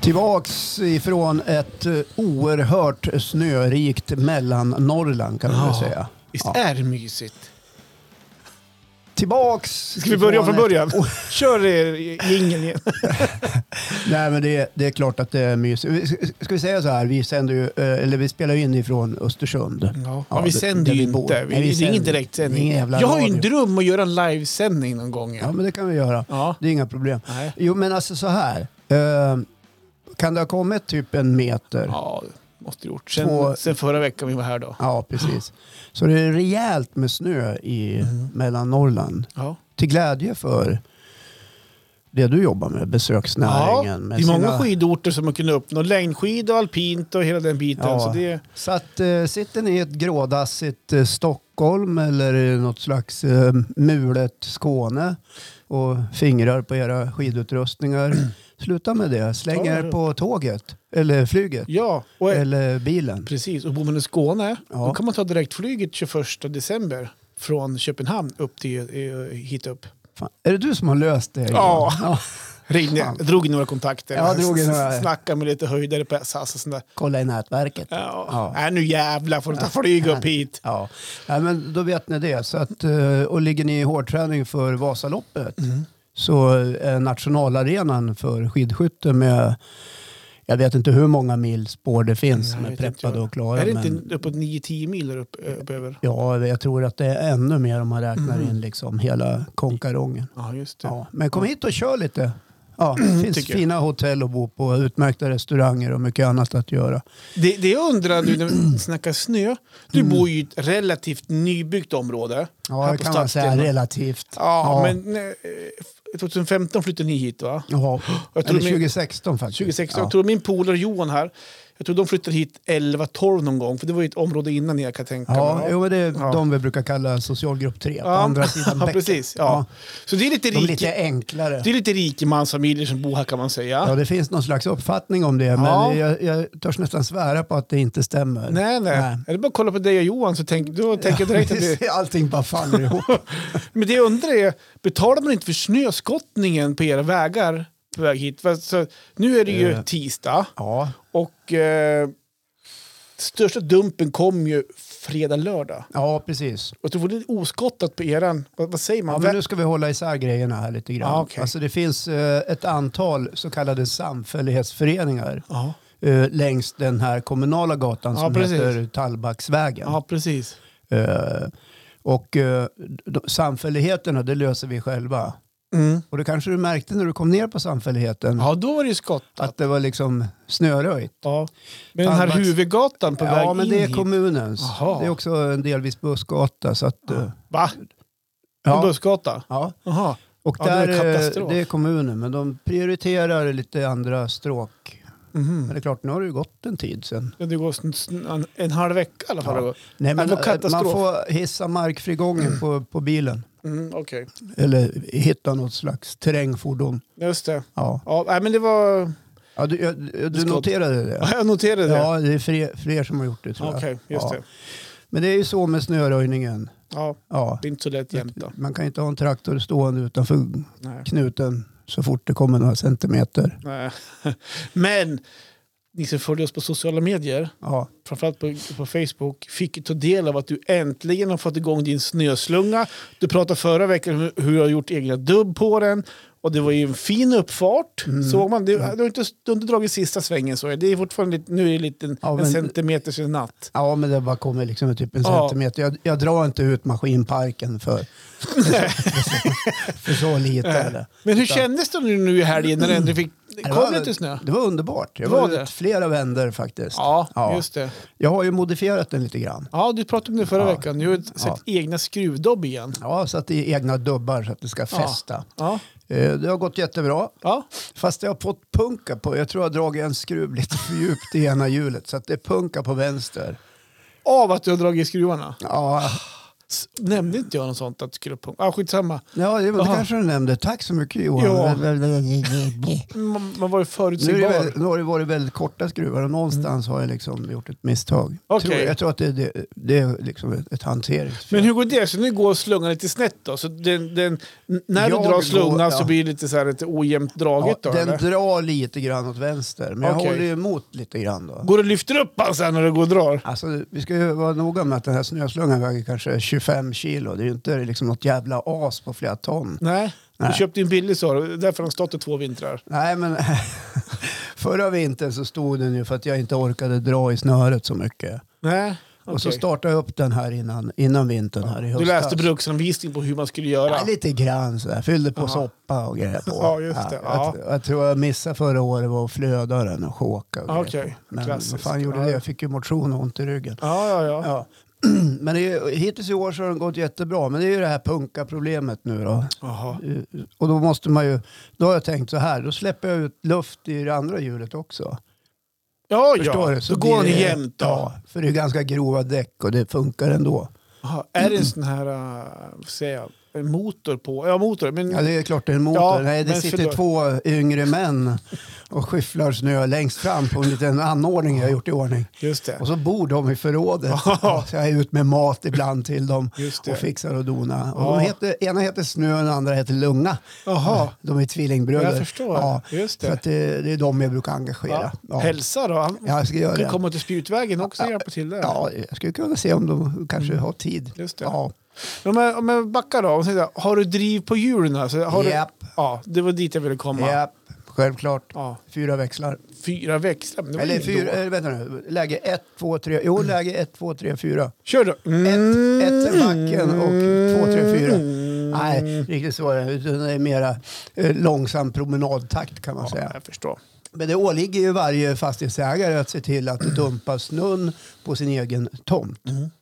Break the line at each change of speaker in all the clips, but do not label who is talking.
Tillbaks ifrån ett oerhört snörikt Mellannorrland kan man väl säga.
Visst är det mysigt?
Tillbaks.
Ska vi börja från början? Kör jingeln igen.
Nej, men det är klart att det är mysigt. Ska vi säga så här, vi sänder ju, eller vi spelar in ifrån Östersund.
Ja, vi sänder ju inte. Det är ingen direktsändning. Jag har ju en dröm att göra en livesändning någon gång.
Ja, men det kan vi göra. Ja. Det är inga problem.
Nej.
Jo, men alltså så här. Kan det ha kommit typ en meter?
Ja, det måste gjort. Sen förra veckan vi var här då.
Ja, precis. Så det är rejält med snö i Mellannorrland.
Ja.
Till glädje för det du jobbar med, besöksnäringen.
Ja, det är många skidorter som man kunde uppnå. Längdskid och alpint och hela den biten.
Ja. Så att sitter ni i ett grådassigt Stockholm eller i något slags mulet Skåne och fingrar på era skidutrustningar. Sluta med det. Släng er på tåget. Eller flyget.
Ja.
Eller bilen.
Precis. Och bor man i Skåne då kan man ta direktflyget 21 december från Köpenhamn upp till hit upp.
Fan. Är det du som har löst det?
Ja. Jag drog i några kontakter.
Ja,
snackade med lite höjdare på SAS och sånt där.
Kolla i nätverket.
Ja. Nu jävlar får du ta flyg upp hit.
Ja. Ja, men då vet ni det. Så att, och ligger ni i hårdträning för Vasaloppet så är nationalarenan för skidskytte med, jag vet inte hur många mil spår det finns med preppade och klara.
Är det inte uppåt 9-10 mil upp över?
Ja, jag tror att det är ännu mer om man räknar in liksom hela konkarongen.
Ja, just det.
Ja, men kom hit och kör lite. Ja, det finns fina hotell att bo på, utmärkta restauranger och mycket annat att göra.
Det jag undrar nu när vi snackar snö. Du bor ju i ett relativt nybyggt område.
Ja, det kan man säga relativt.
Ja, men 2015 flyttade ni hit, va?
Ja, eller 2016 faktiskt.
2016. Jag tror min polare Johan här, jag tror de flyttade hit 11-12 någon gång. För det var ju ett område innan jag kan tänka mig.
Ja, men det är de vi brukar kalla socialgrupp 3. På andra sidan bäcken.
Precis. Ja. Så det är lite
lite enklare.
Det är lite rikemansfamiljer som bor här kan man säga.
Ja, det finns någon slags uppfattning om det. Men jag törs nästan svära på att det inte stämmer.
Nej. Är det bara att kolla på dig och Johan så tänker jag direkt att det...
Allting bara faller ihop.
Men det jag undrar är, betalar man inte för snöskottningen på era vägar på väg hit? Så, nu är det ju tisdag.
Ja.
Och största dumpen kom ju fredag, lördag.
Ja, precis.
Och det var lite oskottat på eran. Vad säger man?
Ja, men nu ska vi hålla isär grejerna här lite grann.
Okay.
Alltså det finns ett antal så kallade samfällighetsföreningar längs den här kommunala gatan som heter Tallbacksvägen.
Ja, precis.
Och samfälligheterna, det löser vi själva. Och det kanske du märkte när du kom ner på samfälligheten.
Ja, då var det ju skottat.
Att det var liksom snöröjt.
Ja. Men den här huvudgatan på väg in.
Ja, men det är kommunens. Aha. Det är också en delvis bussgata. Så att,
va? En bussgata?
Ja.
Aha.
Och där, det är kommunen, men de prioriterar lite andra stråk. Men det är klart, nu har det ju gått en tid sen.
Ja, det går en halv vecka i alla fall.
Nej, men man får hissa markfrigången på bilen.
Okay.
Eller hitta något slags terrängfordon.
Just det.
Ja,
men det var...
Ja, du noterade det?
Ja, jag noterade det.
Ja, det är fler som har gjort det, tror jag.
Okej, just det.
Men det är ju så med snöröjningen.
Ja, det är inte så lätt jämt då.
Man kan inte ha en traktor stående utanför knuten så fort det kommer några centimeter.
Nej. Men ni som följer oss på sociala medier, framförallt på Facebook, fick ta del av att du äntligen har fått igång din snöslunga. Du pratade förra veckan om hur du har gjort egna dubb på den. Och det var ju en fin uppfart. Såg man. Du har inte dragit sista svängen så. Det är fortfarande nu är det en centimeter sedan natt. Ja, men det bara kommer liksom typ en centimeter. Jag drar inte ut maskinparken för så lite. Men hur kändes det nu i helgen när du fick kom lite snö?
Det var underbart. Jag var ut flera vändor faktiskt.
Ja, just det.
Jag har ju modifierat den lite grann.
Ja, du pratade om det förra veckan. Du har sett egna skruvdobb igen.
Ja, satt i egna dubbar så att det ska fästa. Ja. Det har gått jättebra. Ja. Fast jag har fått punka på. Jag tror jag har dragit en skruv lite för djupt i ena hjulet. Så att det punkar på vänster.
Av att du har dragit skruvarna?
Ja.
Nämnde inte jag något sånt att skulle på? Skitsamma.
Ja, det kanske du nämnde. Tack så mycket, Johan.
Ja. Man var ju förutsägbar.
Nu har det varit väldigt korta skruvar och någonstans har jag liksom gjort ett misstag.
Okay.
Jag tror att det är liksom ett hanteringsfel.
Men hur går det? Så nu går slungan lite snett då? Så när du drar slungan så blir det lite, så här, lite ojämnt draget då?
Den
eller?
drar lite grann åt vänster. Men jag håller ju emot lite grann då.
Går du lyfter upp sen när du går och drar?
Alltså, vi ska ju vara noga med att den här snöslungan väger kanske 25 kilo. Det är ju inte liksom något jävla as på flera ton.
Nej. Du köpte en billig så. Därför har den stått i 2 vintrar.
Nej, men förra vintern så stod den ju för att jag inte orkade dra i snöret så mycket.
Nej. Okay.
Och så startade jag upp den här innan vintern här i höstas.
Du läste bruksanvisning på hur man skulle göra?
Ja, lite grann sådär. Fyllde på soppa och grejer på.
Ja, just det.
Jag tror jag missade förra året var att flöda den och choka.
Okej,
men vad fan gjorde det? Jag fick ju motion och ont i ryggen.
Ja.
Men hittills i år så har den gått jättebra. Men det är ju det här punka-problemet nu då.
Aha.
Och då måste man ju... Då har jag tänkt så här. Då släpper jag ut luft i det andra hjulet också. Förstår du? Så
då går den jämnt då.
Ja, för det är ganska grova däck och det funkar ändå.
Aha. Är det en sån här... vad säger jag? En motor på? Ja, motor. Men...
Ja, det är klart det är en motor.
Ja,
nej, det sitter 2 yngre män och skyfflar snö längst fram på en liten anordning jag har gjort i ordning.
Just det.
Och så bor de i förrådet. Så jag är ut med mat ibland till dem och fixar och dona. Och ena heter Snö och den andra heter Lunga.
Aha.
De är tvillingbröder.
Jag förstår.
Ja,
just det.
Så att det är de jag brukar engagera. Ja.
Hälsa då?
Jag ska göra det.
Komma till Spjutvägen också och hjälpa till där.
Ja, jag skulle kunna se om de kanske har tid.
Just det.
Ja.
Om jag backar då, har du driv på hjulen? Alltså,
Japp.
Ja, det var dit jag ville komma.
Japp, självklart.
Ja.
4 växlar.
4 växlar?
Eller 4, vänta nu. Läge 1, 2, 3. Jo, läge 1, 2, 3, 4.
Kör då.
1 backen och 2, 3, 4. Nej, riktigt så är det. Det är mera långsam promenadtakt kan man säga.
Jag förstår.
Men det åligger ju varje fastighetsägare att se till att dumpa snön på sin egen tomt.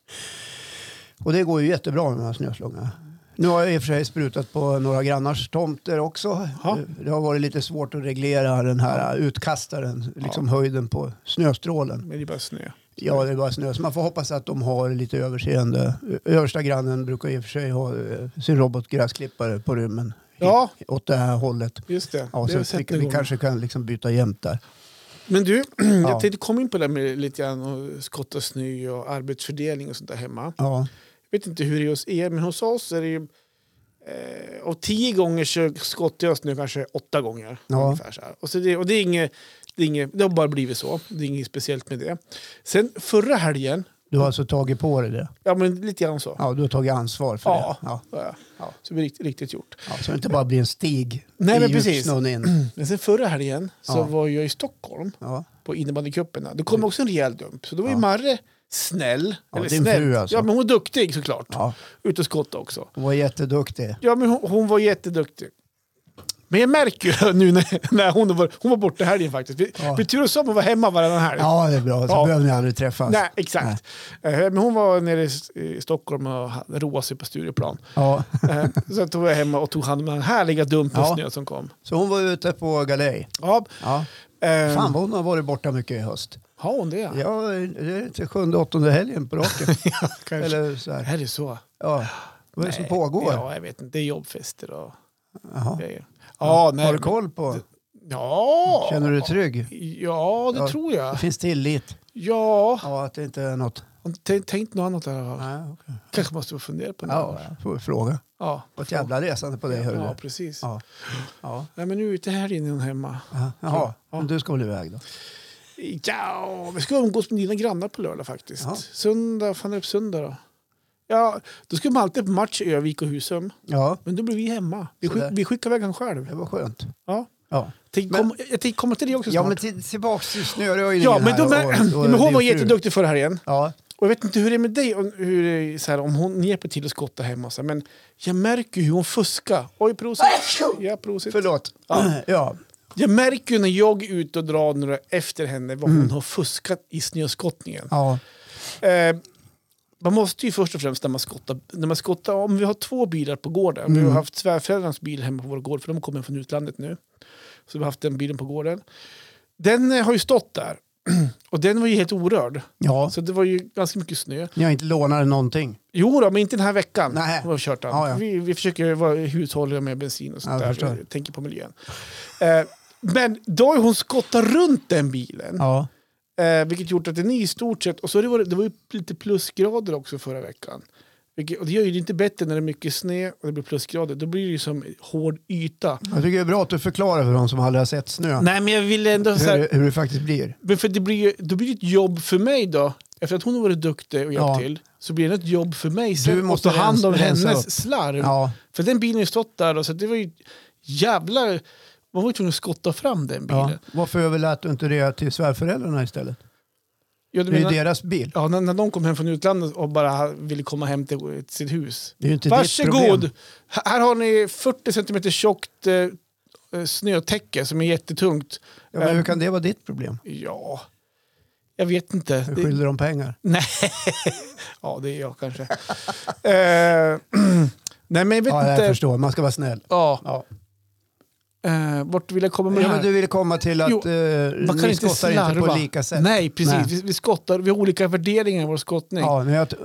Och det går ju jättebra med de här snöslungarna. Nu har jag i och för sig sprutat på några grannars tomter också.
Ha.
Det har varit lite svårt att reglera den här utkastaren, liksom höjden på snöstrålen.
Men det är bara snö.
Ja, det är bara snö. Så man får hoppas att de har lite överseende. Översta grannen brukar i och för sig ha sin robotgräsklippare på rymmen.
Ja.
Åt det här hållet.
Just det.
Ja,
det
så vi kanske kan liksom byta jämt där.
Men du, jag tänkte komma in på det med lite grann och skotta snö och arbetsfördelning och sånt där hemma.
Ja.
Jag vet inte hur det är hos er, men hos oss är det ju... och 10 gånger så skottar jag snö kanske 8 gånger.
Ja.
Ungefär så här. Och det är inget, det har bara blivit så. Det är inget speciellt med det. Sen förra helgen...
Du har alltså tagit på dig det?
Ja, men lite grann så.
Ja, du har tagit ansvar för det. Ja.
Så det är riktigt gjort.
Ja, så det inte bara blir en stig.
Nej, men precis.
In.
Men sen förra helgen så var jag i Stockholm på innebandycuperna. Då kom också en rejäl dump. Så då var ju Marre snäll.
Ja,
eller
din
snäll.
fru alltså.
Ja, men hon var duktig såklart.
Ja.
Ut och skotta också.
Hon var jätteduktig.
Ja, men hon var jätteduktig. Men jag märker ju nu när hon var borta helgen faktiskt. Vi tur oss om att vara hemma varannan helg.
Ja, det är bra. Så behöver ni aldrig träffas.
Nej, exakt. Nej. Men hon var nere i Stockholm och roade sig på Stureplan.
Ja.
Så tog jag hemma och tog hand om den härliga dumpen snö som kom.
Så hon var ute på galej.
Ja.
Fan vad hon har varit borta mycket i höst.
Har hon det?
Ja, det är inte 7-8 helgen på raken.
Ja,
eller så här.
Är det så?
Ja. Vad är det som pågår?
Ja, jag vet inte. Det är jobbfester och grejer.
Ja, har du koll på?
Ja.
Känner du dig trygg?
Ja, det tror jag.
Det finns tillit.
Ja.
Ja, att det inte är något.
Tänk något annat där.
Nej, okay.
Kanske måste fundera på det.
Ja, får fråga.
Ja.
Vad jävla resande på dig, hörru.
Ja, precis.
Ja.
Nej, men nu är ute här inne hemma.
Jaha, men du ska väl iväg då?
Ja, vi ska umgås med dina grannar på lördag faktiskt.
Ja.
Söndag, fan är det på söndag då? Ja, då ska man alltid på match i Övik och Husum.
Ja.
Men då blir vi hemma. Vi skickar iväg han själv.
Det var skönt.
Ja.
Ja.
Jag tänkte komma till det också snart.
Ja, men tillbaka till snöröjningen.
Ja, men hon var jätteduktig för det här igen.
Ja.
Och jag vet inte hur det är med dig, hur det är, så här, om hon hjälper till att skotta hemma. Så här, men jag märker hur hon fuskar. Oj, prosit. Ja, prosit.
Förlåt. Ja.
Jag märker ju när jag är ute och drar några efter henne vad hon har fuskat i snöskottningen.
Ja.
Man måste ju först och främst när man skottar, om vi har 2 bilar på gården. Vi har haft svärföräldrarnas bil hemma på vår gård, för de kommer från utlandet nu. Så vi har haft den bilen på gården. Den har ju stått där. Och den var ju helt orörd.
Ja.
Så det var ju ganska mycket snö.
Ni har inte lånat någonting?
Jo då, men inte den här veckan.
Nej.
Vi har kört den.
Ja, ja.
Vi försöker vara hushålliga med bensin och sånt där.
förstår.
Tänker på miljön. Men då har hon skottat runt den bilen.
Ja.
Vilket gjort att den är i stort sett... Och så det var ju lite plusgrader också förra veckan. Och det gör ju det inte bättre när det är mycket snö och det blir plusgrader. Då blir det ju som hård yta.
Jag tycker det är bra att du förklarar för de som aldrig har sett snö.
Nej, men jag vill ändå...
Hur det faktiskt blir.
Men för då blir det ett jobb för mig då. Efter att hon har varit duktig och hjälpt till. Så blir det ett jobb för mig sen.
Du måste
ta hand om
rensa
hennes
upp.
slarv.
Ja.
För den bilen har ju stått där. Så det var ju jävla... Man var ju tvungen att skotta fram den bilen.
Ja. Varför överlät du inte det till svärföräldrarna istället?
Ja,
Det är ju deras bil.
Ja, när de kom hem från utlandet och bara ville komma hem till sitt hus.
Det är ju inte ditt problem.
Varsågod! Här har ni 40 cm tjockt snötäcke som är jättetungt.
Ja, men hur kan det vara ditt problem?
Ja, jag vet inte.
Du skyller dem pengar.
Nej, ja det är jag kanske. Nej, men jag vet
Ja,
inte.
jag förstår. Man ska vara snäll.
Ja.
Ja.
Vart vill jag komma med det
Ja,
här?
men du ville komma till att
man kan
ni
inte
skottar
slarva.
inte på lika sätt.
Nej, precis.
Nej.
Vi skottar, vi har olika värderingar i vår skottning.
Ja,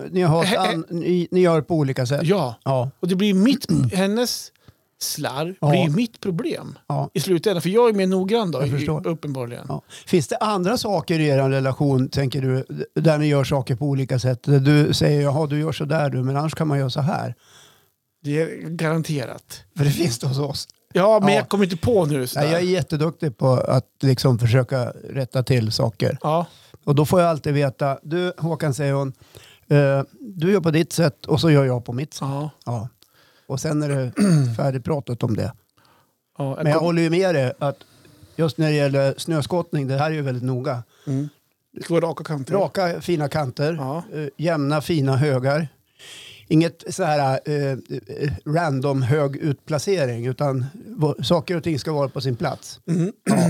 ni gör på olika sätt.
Ja.
Ja.
Och det blir hennes slarv blir ju mitt problem
Ja.
i slutändan. För jag är mer noggrann då,
Jag förstår.
uppenbarligen.
Ja. Finns det andra saker i er relation, tänker du, där ni gör saker på olika sätt? Där du säger, jaha, du gör så där du, men annars kan man göra så här.
Det är garanterat.
För det finns det hos oss.
Ja, men
Ja.
jag kommer inte på nu.
Ja, jag är jätteduktig på att liksom försöka rätta till saker.
Ja.
Och då får jag alltid veta, du Håkan, säger hon, du gör på ditt sätt och så gör jag på mitt sätt.
Ja.
Ja. Och sen är det färdigpratat om det.
Ja,
Men jag håller ju med dig att just när det gäller snöskottning, det här är ju väldigt noga.
Det ska vara raka kanter.
Raka fina kanter,
Ja.
jämna fina högar. Inget så här random hög utplacering, utan saker och ting ska vara på sin plats. Ja.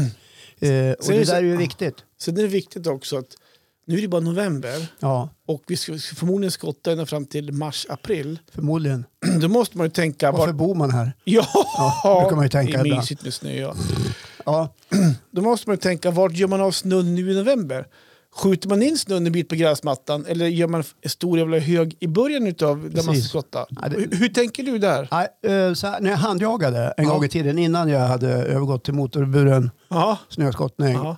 Och det där är ju viktigt.
Så det är viktigt också att nu är det bara november
Ja,
och vi ska förmodligen skotta ända fram till mars-april.
förmodligen.
Då måste man ju tänka...
Varför bor man här?
Ja,
det kan man ju tänka
det är
ibland.
mysigt med snö. Ja.
Ja,
Då måste man ju tänka, vart gör man av snön nu i november? Skjuter man in snön en bit på gräsmattan eller gör man en stor jävla hög i början utav där man ska skotta?
Ja,
Hur tänker du där?
nej, så här, när jag handjagade en gång i tiden innan jag hade övergått till motorburen
Ja.
snöskottning
Ja.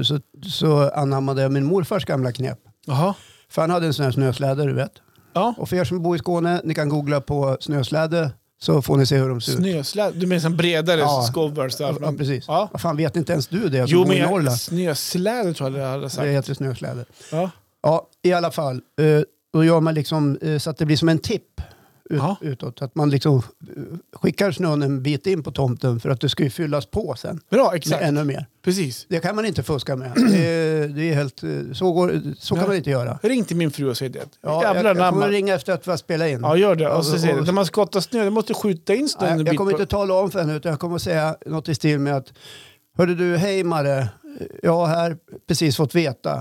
så anammade jag min morfars gamla knep.
Jaha.
För han hade en sån här snösläde, du vet.
Ja.
Och för er som bor i Skåne, ni kan googla på snösläde så får ni se hur de ser ut.
Snösläd? Du menar en bredare skobbar?
Ja, precis.
Ja.
Vad fan, vet inte ens du det?
Jo,
bor
men
i Norrland.
snösläde tror jag det hade sagt.
Det heter snösläde.
Ja.
Ja, i alla fall. Då gör man liksom så att det blir som en tipp utåt. Att man liksom skickar snön en bit in på tomten för att det ska ju fyllas på sen.
Bra, exakt.
Ännu mer.
Precis.
Det kan man inte fuska med. Det är helt, så kan man inte göra.
Ring till min fru och säg det.
Ja,
Jävlar
jag kommer
namn.
ringa efter att vi har spelat in.
Ja, gör det. Och så säger
och-
det. När man skottar snö, du måste skjuta in snön en
Jag
bit
kommer
på...
inte tala om för henne, utan jag kommer att säga något i stil med att hörde du, hej Mare, jag har här precis fått veta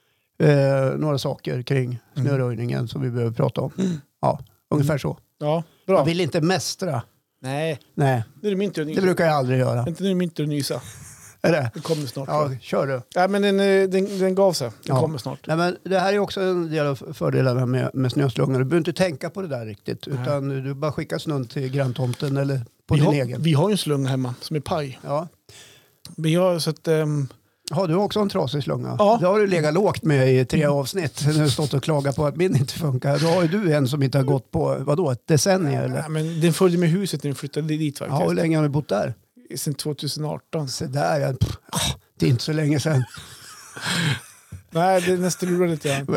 några saker kring snöröjningen som vi behöver prata om. Ja, ungefär så.
Ja, bra.
Jag vill inte mästra.
Nej,
Nej,
nu är det min tur att nysa.
det brukar jag aldrig göra.
Inte nu är det min tur att nysa.
Är det?
Det kommer snart.
Ja, kör du.
Ja, men den gav sig. Den
Ja.
kommer snart.
Nej, men det här är också en del av fördelarna med snöslungor. Du behöver inte tänka på det där riktigt. Utan du bara skickar snön till granntomten eller på din egen.
Vi har ju en slunga hemma som är paj.
Ja.
Men jag, så att,
Har du också en trasig slunga?
Ja.
Det har du legat lågt med i 3 avsnitt. När du stått och klagat på att min inte funkar. Då har ju du en som inte har gått på, vadå, ett decennium eller?
ja, men den följde med huset när vi flyttade dit faktiskt.
Ja, hur länge har du bott där?
Sen 2018.
Så där, ja. Det är inte så länge sedan.
Nej, det är nästan lurar lite grann.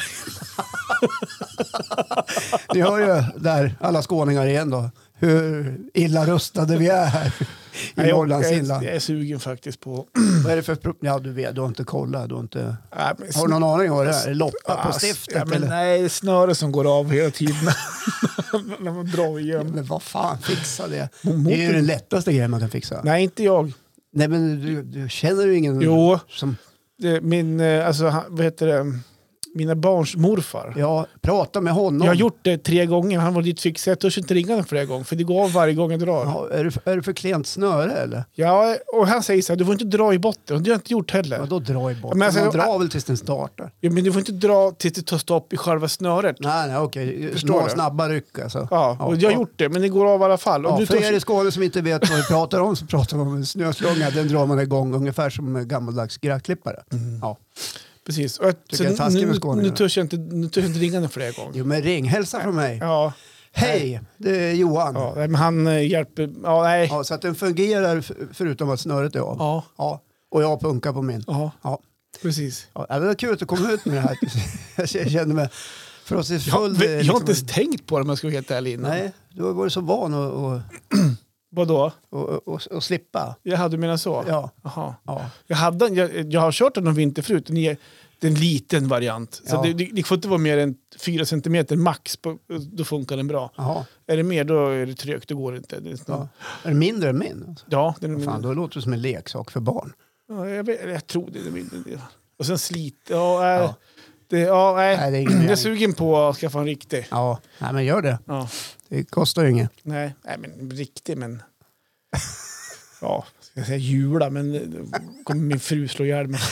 Ni hör ju där, alla skåningar igen då, hur illa rustade vi är här i Norrlands inland.
Jag är sugen faktiskt på...
Vad är det för problem? Ja, du vet, du har inte kollat. Du har inte...
Nej, men
Har du någon aning vad det är? Loppa på stiftet?
Ja, men
eller?
nej, det är snöre som går av hela tiden. När man drar igen.
Men vad fan, fixa det. Det är ju den lättaste grejen man kan fixa.
Nej, inte jag.
Nej, men du känner ju ingen
Jo.
som...
Min, alltså, vad heter det? mina barns morfar.
Ja, prata med honom.
Jag har gjort det 3 gånger. Han var dit fixad. Jag törs inte ringa honom flera gånger. För det går av varje gång jag drar.
Ja, är det för klent snöre eller?
Ja, och han säger så här, du får inte dra i botten. Och det har jag inte gjort heller.
Ja, då dra i botten.
Men alltså,
man drar väl tills den startar.
Ja, men du får inte dra tills det tar stopp i själva snöret.
Nej, okej.
Förstår du?
Snabba ryck alltså.
Ja, och jag har gjort det. Men det går av i alla fall. Och
Ja, för er i Skåne som inte vet vad vi pratar om så pratar man om en snöslunga. Den drar man igång ungefär som en gammaldags gräsklippare. Ja.
Precis. Och nu törs jag inte ringa henne flera gånger.
Jo, men ring. Hälsa från mig.
Ja.
Hej, det är Johan.
Ja, men han hjälper... Ja, nej.
Ja, så att den fungerar förutom att snöret är av.
Ja.
Ja. Och jag punkar på min.
Ja,
ja.
Precis.
Ja, det var kul att komma ut med det här. Jag känner mig... För oss är full,
jag har inte ens tänkt på det om jag ska vara helt ärlig innan.
Nej, du har varit så van att...
Vadå?
Och slippa.
Jag du menar så?
Ja.
Aha.
Ja.
Jag har kört den någon vinter förut. Det är en liten variant. Så det får inte vara mer än 4 centimeter max. Då funkar den bra.
Aha.
Är det mer då är det trögt. Då går det inte.
Är det mindre än min? Alltså?
Ja, den är mindre.
Fan, då låter det som en leksak för barn.
Ja, jag tror det är mindre. Och sen slit. Nej, det är jag sugen på att skaffa en riktig.
Ja, nej, men gör det.
Ja.
Det kostar ju inget.
Nej, men riktig, men... Ja, ska jag säga jula, men kommer min fru slå ihjäl mig.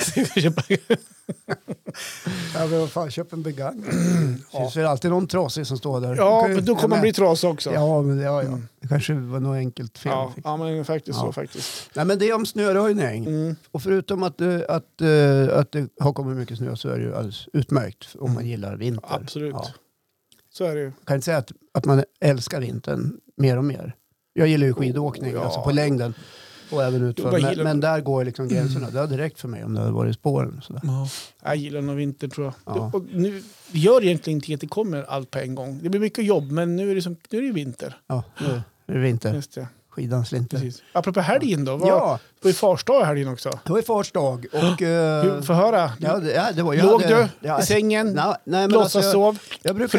Ja, men vad fan, köp en begagnad. Ja. Så är det alltid någon trasig som står där.
Ja, men då kommer man bli trasig också.
Ja, men det kanske var något enkelt fel.
Ja, men faktiskt så faktiskt.
Nej, men det är om snöröjning. Och förutom att det har kommit mycket snö så är det ju alldeles utmärkt om man gillar vinter.
Absolut.
Ja.
Så är det ju.
Jag kan inte säga att man älskar vintern mer och mer. Jag gillar ju skidåkning, alltså på längden. Och även utför. Men där går liksom gränserna. Det hade räckt för mig om det hade varit spåren. Sådär.
Ja. Jag gillar nog vinter, tror jag.
Ja.
Och nu gör egentligen inte att det kommer allt på en gång. Det blir mycket jobb, men nu är det ju vinter.
Ja, nu är det vinter.
Just det.
Skidans vinter.
Precis. Apropå helgen då. Det var ju farsdag i helgen också.
Det var ju farsdag. Och,
få höra.
Det var,
låg du i sängen?
Nej,
låtsas sov?
Jag brukar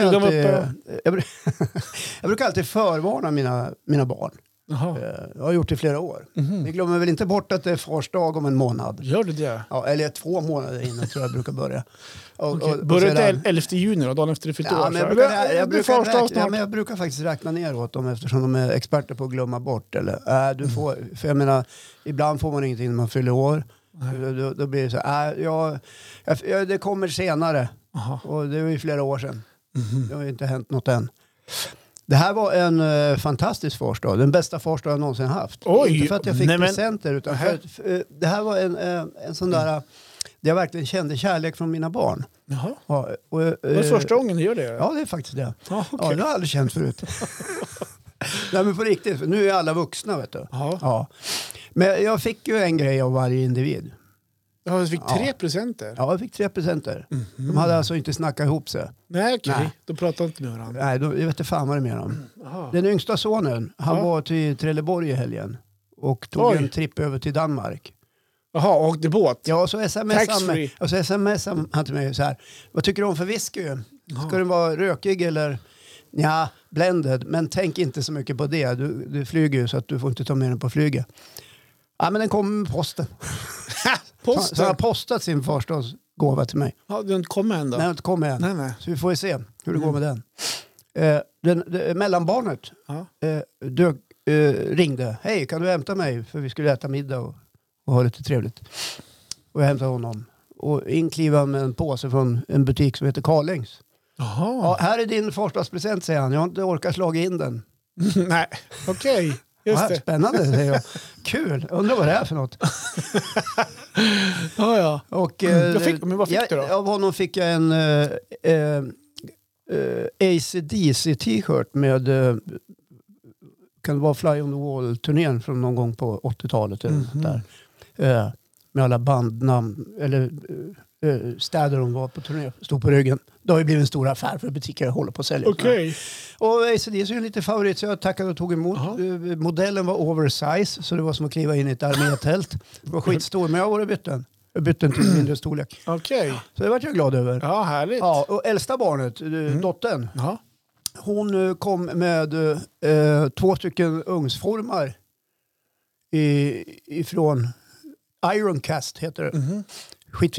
alltid förvarna mina barn.
Aha.
Jag har gjort det i flera år. Ni glömmer väl inte bort att det är farsdag om en månad?
Gör du det?
Ja, eller 2 månader innan tror jag brukar börja.
Börjar det 11 juni då, dagen efter det fyllde år?
Jag brukar faktiskt räkna ner åt dem eftersom de är experter på att glömma bort. Eller, för jag menar, ibland får man ingenting när man fyller år. Då blir det så här, det kommer senare. Aha. Och det var ju flera år sedan. Det har ju inte hänt något än. Det här var en fantastisk farsdag. Den bästa farsdag jag någonsin haft.
Oj,
inte för att jag fick presenter utan för att, det här var en sån där... där jag verkligen kände kärlek från mina barn.
Jaha.
Ja,
det är första gången du gör det?
Ja, det är faktiskt det.
Okay.
Ja, det har jag aldrig känt förut. Nej, men på riktigt. Nu är alla vuxna, vet du. Ja. Men jag fick ju en grej av varje individ.
Ja, du fick 3 presenter?
Ja, jag fick 3 presenter. De hade alltså inte snackat ihop sig.
Nej, okej. De pratade inte med varandra.
Nej, jag vet inte fan vad det med dem. Den yngsta sonen, han var till Trelleborg i helgen. Och tog en tripp över till Danmark.
Jaha, åkte båt?
Ja, så smsade han till mig så här. Vad tycker du om för whisky? Ska den vara rökig eller... Ja, blended. Men tänk inte så mycket på det. Du flyger ju så att du får inte ta med den på flyget. Ja, men den kommer med posten.
Posten?
Så han har postat sin farsdagsgåva till mig.
Ja, den kommer än då?
Nej, den kommer än.
Nej.
Så vi får ju se hur det går med den. Mellanbarnet ringde. Hej, kan du hämta mig? För vi skulle äta middag och ha lite trevligt. Och jag hämtade honom. Och inkliva med en påse från en butik som heter Carlings.
Jaha.
Ja, här är din farsdagspresent, säger han. Jag har inte orkat slaga in den.
Nej, okej. Just det.
Spännande, säger jag. Kul. Undrar vad det är för något.
Ja.
Och,
men vad fick du då?
Av honom fick jag en AC/DC t-shirt med kan det vara Fly on the Wall-turnén från någon gång på 80-talet eller något där. Med alla bandnamn eller städer de var på turné, stod på ryggen. Det har ju blivit en stor affär för butiker håller på att sälja.
Okay.
Och AC/DC är lite favorit så jag tackade och tog emot. Modellen var oversize så det var som att kliva in i ett armétält. Det var skitstor men jag var bytt den. Jag bytte den till mindre storlek.
Okej.
Så det var jag glad över.
Ja, härligt.
Ja, och äldsta barnet, dottern.
Ja.
Hon kom med 2 stycken ugnsformar ifrån Ironcast heter det. Skitfina.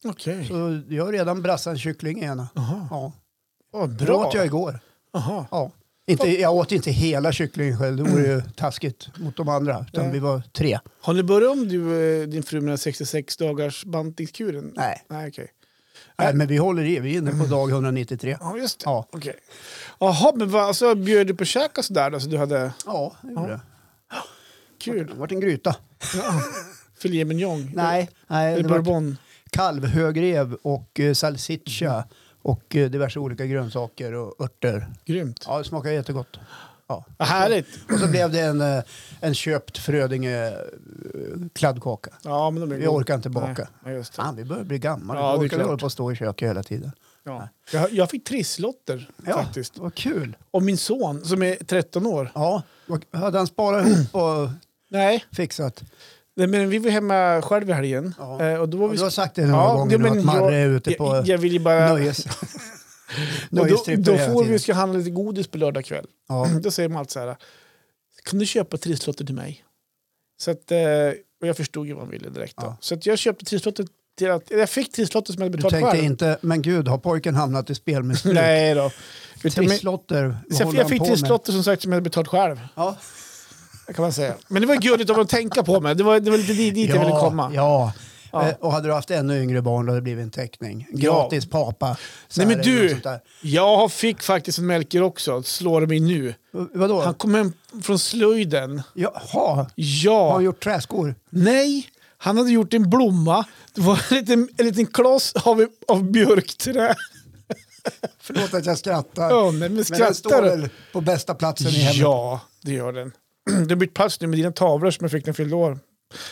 Okej.
Så jag har redan brassat en kyckling i ena. Ja.
Bra.
Det åt jag igår.
Aha.
Ja. Jag åt inte hela kycklingen själv. Det vore ju taskigt mot de andra. Utan vi var 3.
Har ni börjat om din fru med 66 dagars bantningskuren?
Nej.
Nej, okej.
Nej, men vi håller i. Vi är inne på dag 193.
Ja, just det.
Ja.
Okej. Jaha, men vad, alltså, bjöd du på käk och sådär? Alltså, du hade...
Ja, det gjorde det.
Kul.
Det var en gryta.
Ja. Filé mignon?
Nej,
Eller
det var
bourbon?
kalv, högrev och salsiccia och diverse olika grönsaker och örter.
Grymt.
Ja, det smakar jättegott. Ja.
Härligt.
Och så blev det en köpt Frödinge kladdkaka.
Ja, men
Vi orkar inte baka.
Nej, just det.
Fan, vi börjar bli gamla.
Ja,
Vi
det är
orkar hålla
klart.
på att stå i köket hela tiden.
Ja. Jag fick trisslotter faktiskt.
Vad kul.
Och min son som är 13 år.
Ja, hade han sparat ihop och
Nej,
fixat?
men vi var hemma själv i helgen.
Ja.
Och då var vi...
Du har sagt det några gånger nu, att Marre är ute på
jag vill ju bara...
nöjes.
Då får vi ska handla lite godis på lördag kväll.
Ja.
Då säger man alltid så här: kan du köpa trisslotter till mig? Så att, och jag förstod ju vad han ville direkt då.
Ja.
Så att jag köpte trisslotter till att... Jag fick trisslotter som jag hade
Du
betalt
tänkte
själv.
inte, men gud, har pojken hamnat i spelmissbruk?
Nej då.
Trisslotter, vad
Så
håller
jag
han
fick
på med?
trisslotter som sagt som jag hade betalt själv.
Ja.
Kan man säga. Men det var gulligt av dem att tänka på mig. Det var lite dit jag ville komma.
Ja.
Ja.
Och hade du haft ännu yngre barn då hade det blivit en teckning. Gratis papa. Så
Nej
här
men
är det och
du,
sånt där.
jag fick faktiskt en Melker också. Slår det mig nu.
Vadå?
Han kom hem från slöjden.
Jaha, har
Ja.
han gjort träskor?
Nej, han hade gjort en blomma. Det var en liten kloss av björkträ.
Förlåt att jag skrattar.
Ja, nej, men
den
skrattar
står
du?
väl på bästa platsen i hemmet?
Ja, det gör den. Det har bytt plats nu med dina tavlor som jag fick när jag fyllde år.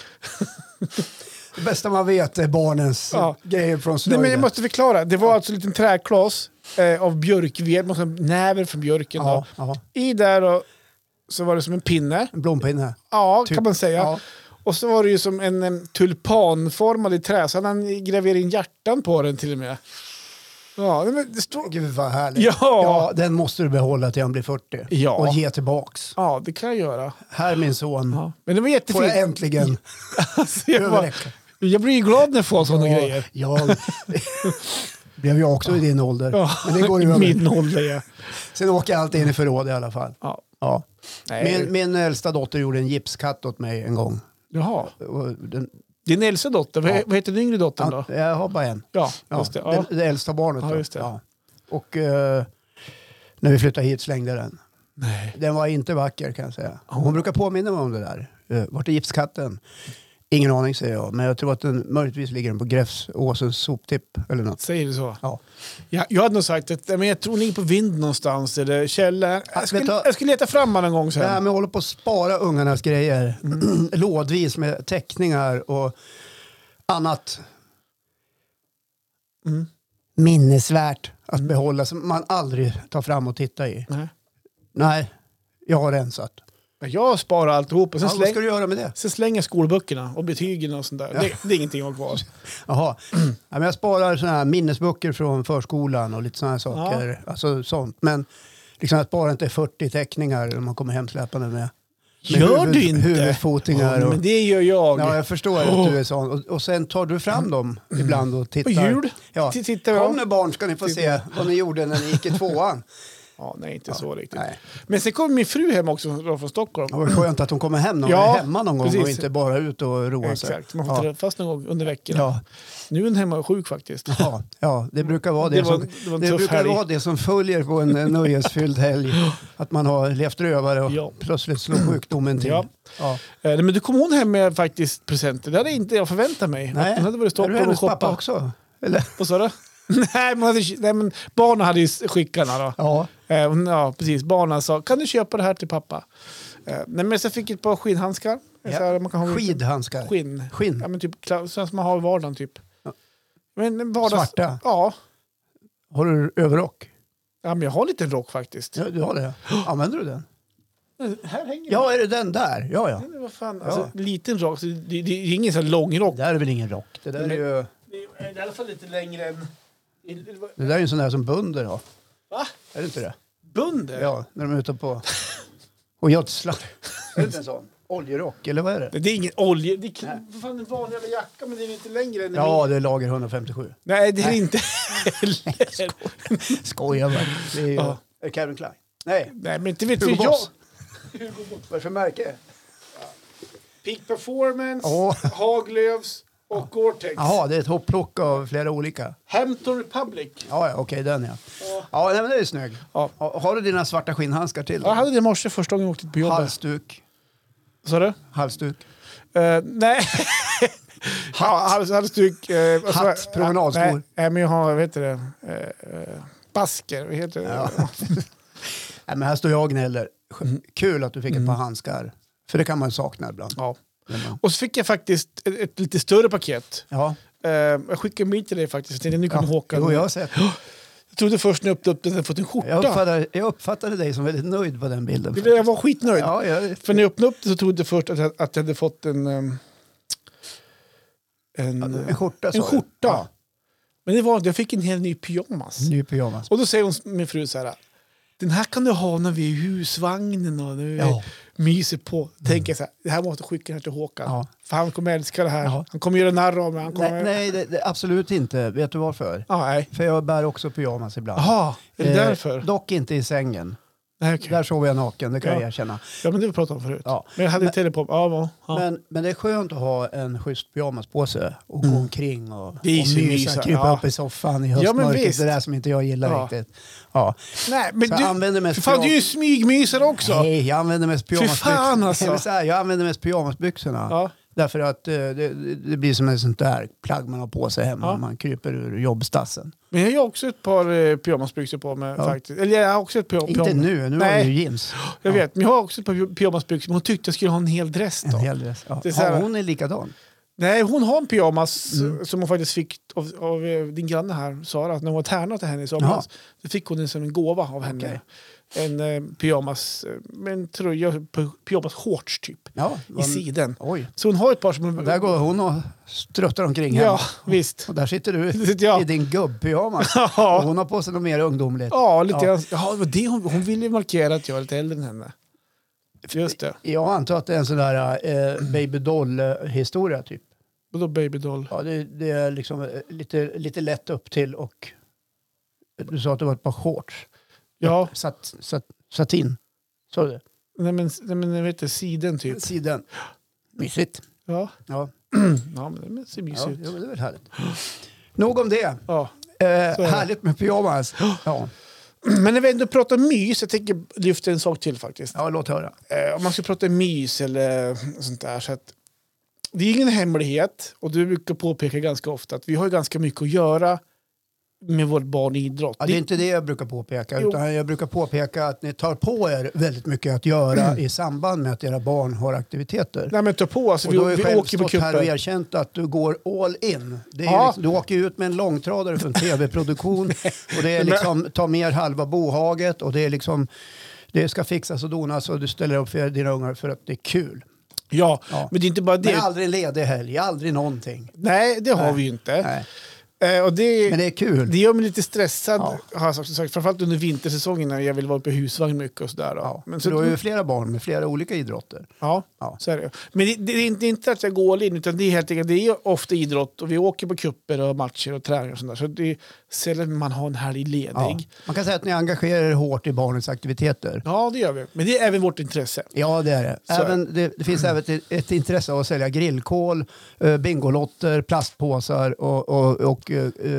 Det bästa man vet är barnens grejer från
Nej,
slöjden.
men jag måste förklara. Det var alltså en liten träkloss av björkved, näver från björken.
Ja,
Då.
ja.
I där då, så var det som en pinne.
En blompinne.
Ja,
Typ.
kan man säga.
Ja.
Och så var det ju som en tulpanformad i trä. Så hade han graverat in hjärtan på den till och med. Ja, men det står...
Gud vad härligt.
Ja.
Den måste du behålla till han blir 40.
Ja.
Och ge tillbaks.
Ja, det kan jag göra.
Här min son.
Ja. Men det var
Får
jättefint.
jag äntligen
Alltså,
överräcka.
jag blir ju glad när jag får sådana grejer.
Ja, blev jag också i din ålder.
Ja,
Men det går ju
i
över.
min ålder, ja.
Sen åker jag alltid in i förråd i alla fall.
Ja.
Ja.
Nej.
Min äldsta dotter gjorde en gipskatt åt mig en gång.
Jaha.
Och
Din äldsta dotter, vad heter din yngre dottern då?
jag har bara en.
Ja,
Ja,
just det. Ja.
det äldsta barnet.
Ja,
då.
just det.
Ja. Och när vi flyttade hit slängde den.
Nej.
Den var inte vacker kan jag säga. Hon brukar påminna mig om det där. Vart är gipskatten? Ingen aning säger jag. Men jag tror att den möjligtvis ligger på Gräfsåsens soptipp eller något.
Säger du så?
Ja.
Jag hade nog sagt att men jag tror ni är på vind någonstans eller källaren.
vet du-
Jag skulle leta fram honom någon gång
Det här
sen.
med att hålla på att spara ungarnas grejer. Lådvis med teckningar och annat.
Mm.
Minnesvärt att behålla som man aldrig tar fram och tittar i.
Nej.
Nej, jag har rensat.
Jag sparar alltihop och sen,
Ja, vad ska du göra med det?
sen slänger jag skolböckerna och betygen och sånt där.
Ja.
Det är ingenting att ha kvar.
Jaha. Ja, men jag sparar såna här minnesböcker från förskolan och lite såna här saker. Alltså sånt. Men liksom jag sparar inte 40 teckningar om man kommer hem släpande med
Gör du inte?
huvudfotingar.
Ja,
Och,
men det gör jag.
ja, jag förstår att du är sån. Och sen tar du fram dem ibland och tittar.
På jul?
Ja.
Tittar
Kom
jag.
nu barn ska ni få se vad ni gjorde när ni gick i tvåan.
Ja, nej, inte så riktigt.
Nej.
Men sen kom min fru hem också från Stockholm.
Det var skönt att hon kommer hem när hon
Ja,
är hemma någon gång och
precis.
inte bara ut och roa sig.
Exakt, man får
Ja.
träffas någon gång under veckorna.
Ja.
Nu är hon hemma och sjuk faktiskt.
Ja, det brukar vara det,
Det var-
som,
det var en
det
tuff
brukar
helg.
vara det som följer på en nöjesfylld helg. Att man har levt rövare och
Ja.
plötsligt slår sjukdomen till.
Ja.
Ja.
Men du kom hon hem med faktiskt presenter. Det hade inte jag förväntat mig.
Nej,
Att hon hade varit i
är du
Stockholm och
hennes pappa
shoppat.
också? Eller?
Vad sa du? nej, men barnen hade ju skickarna då.
Ja.
Ja, precis. Barnen sa, kan du köpa det här till pappa? Nej, men så fick jag ett par skinnhandskar.
Ja.
Så här, man kan ha
Skidhandskar.
Skinn. Ja, men typ sånt som man har i vardagen typ.
Ja.
Men
Svarta?
Ja.
Har du överrock?
Ja, men jag har lite rock faktiskt.
Ja, du har det. Använder du den?
Här hänger
Ja, är det den där? Ja, ja.
den. Vad fan? Alltså, liten rock. Så det är ingen sån här lång rock.
Det där är väl ingen rock? Det där är ju...
Det är i alla fall lite längre än...
Det där är ju en sån där som bönder har.
Va?
Är det inte det?
Bunder?
Ja, när de är ute på och gödslar. Är det inte en sån? Oljerock, eller vad är det?
Det är ingen olje. Det är fan en vanlig jacka, men det är inte längre än
Ja, det är lager 157.
Nej, det är inte
Skojar bara. Det är ju
Ja.
Calvin Klein. Nej,
men inte vet
Hugo
jag.
Boss. Vad är det för märke?
Peak Performance,
Åh.
Haglöfs och Gore-Tex.
Jaha, det är ett hopplock av flera olika.
Hampton Republic.
Ja, okej, den ja. Ja, nej, men det är snygg.
Ja.
Har du dina svarta skinnhandskar till?
Jag hade det i morse första gången jag åkte på jobbet.
Halsduk.
Sa du?
Halsduk.
Nej. Halsduk.
Hatt, promenadskor.
Nej, men jag har, vet du det? Basker, vad heter det?
Ja. Nej, men här står jag och gnäller. Kul att du fick ett par handskar. För det kan man sakna ibland.
Ja. Och så fick jag faktiskt ett lite större paket.
Ja.
Jag skickade mig till dig faktiskt. Nu kunde Håkan.
Jo, jag har sett.
Jag trodde först när jag öppnade upp den hade fått en skjorta.
Jag uppfattade dig som väldigt nöjd på den bilden.
Jag var skitnöjd.
Ja,
För när jag öppnade upp det så trodde jag först att jag hade fått en
skjorta.
En skjorta. Ja. Men det var inte, jag fick en hel ny pyjamas.
Ny pyjamas.
Och då säger hon, min fru så här: den här kan du ha när vi är i husvagnen och när vi myser på. Tänker jag så här, det här måste jag skicka här till Håkan. Ja. För han kommer älska det här. Ja. Han kommer göra narr av mig.
Nej, det absolut inte. Vet du varför?
Nej.
För jag bär också pyjamas ibland.
Jaha, är det därför?
Dock inte i sängen.
Nej, okay.
Där sover jag naken, det kan jag erkänna.
Ja, men det vi pratade om förut.
Ja.
Men jag hade telepop. Ja.
Men det är skönt att ha en schysst pyjamas på sig och gå omkring och mysa, krypa upp i soffan i höstmörkret. Det där som inte jag gillar riktigt. Ja.
Nej, men
så
du är ju smygmysare också.
Nej, jag använder mest pyjamasbyxorna.
Fan alltså.
Jag använder mest pyjamasbyxorna.
Ja.
Därför att det blir som en sånt där plagg man har på sig hemma när man kryper ur jobbstassen.
Men jag har också ett par pyjamasbyxor på mig faktiskt. Eller jag har också ett pyjamas.
Inte nu har du ju jeans.
Jag vet, men jag har också ett par pyjamasbyxor. Men hon tyckte jag skulle ha en hel dress då.
En hel dress, ja. Hon är likadan.
Nej, hon har en pyjamas som hon faktiskt fick av din granne här, Sara. När hon var tärna till henne i somras. Så fick hon som en gåva av henne. Okay. En pyjamas, med en tröja, pyjamas shorts typ. Ja, i siden.
Oj.
Så hon har ett par som...
Och där går hon och struttar omkring hemma.
Ja, visst.
Och där sitter du i din gubbpyjamas. Och hon har på sig något mer ungdomligt.
Ja, lite grann. Ja, det hon ville markera att jag är lite äldre än henne. Just det.
Jag antar att det är en sån där babydoll-historia typ.
Vadå babydoll?
Ja, det är liksom lite lätt upp till och du sa att det var ett par shorts.
Ja.
Satin. Så det.
Nej men jag vet inte, siden typ.
Siden. Mysigt.
Ja.
Ja.
Ja, men det ser mysigt ut.
Ja, det är väl härligt. Nog om det.
Ja.
Härligt med pyjamas. Ja.
Men när vi ändå pratar mys, jag tänker lyfta en sak till faktiskt.
Ja, låt höra.
Om man ska prata mys eller sånt där, så att det är ingen hemlighet, och du brukar påpeka ganska ofta att vi har ganska mycket att göra med vårt barn i idrott.
Ja, det är inte det jag brukar påpeka, utan jag brukar påpeka att ni tar på er väldigt mycket att göra i samband med att era barn har aktiviteter.
Nej, men ta på, alltså,
och då
vi åker på
här och erkänt att du går all in. Det är liksom, du åker ut med en långtradare från tv-produktion och det är liksom, ta mer halva bohaget och det är liksom, det ska fixas och donas och du ställer upp för dina ungar för att det är kul.
Ja, men det är inte bara det.
Men aldrig ledig helg, aldrig någonting.
Nej, det har vi ju inte.
Nej.
Och
men det är kul.
Det gör mig lite stressad, har jag sagt. Framförallt under vintersäsongen när jag vill vara uppe i husvagn mycket och sådär.
Ja, men så du har ju flera barn med flera olika idrotter.
Ja. Så är det. Men det är inte att jag går all in, utan det är helt enkelt, det är ofta idrott och vi åker på kupper och matcher och träningar och sånt där. Så det är sällan man har en helg ledig. Ja.
Man kan säga att ni engagerar er hårt i barnens aktiviteter.
Ja, det gör vi. Men det är även vårt intresse.
Ja, det är det. Det finns även ett intresse av att sälja grillkål, bingolotter, plastpåsar och